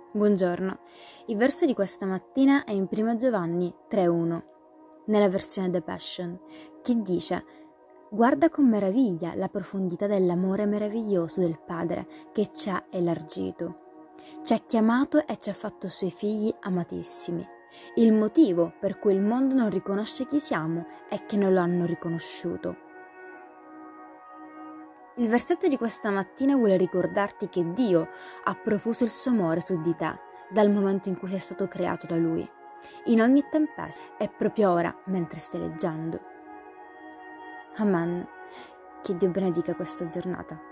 Buongiorno, il verso di questa mattina è in 1 Giovanni 3,1, nella versione The Passion, che dice: «Guarda con meraviglia la profondità dell'amore meraviglioso del Padre che ci ha elargito. Ci ha chiamato e ci ha fatto suoi figli amatissimi. Il motivo per cui il mondo non riconosce chi siamo è che non lo hanno riconosciuto». Il versetto di questa mattina vuole ricordarti che Dio ha profuso il suo amore su di te dal momento in cui sei stato creato da Lui, in ogni tempesta e proprio ora mentre stai leggendo. Amen. Che Dio benedica questa giornata.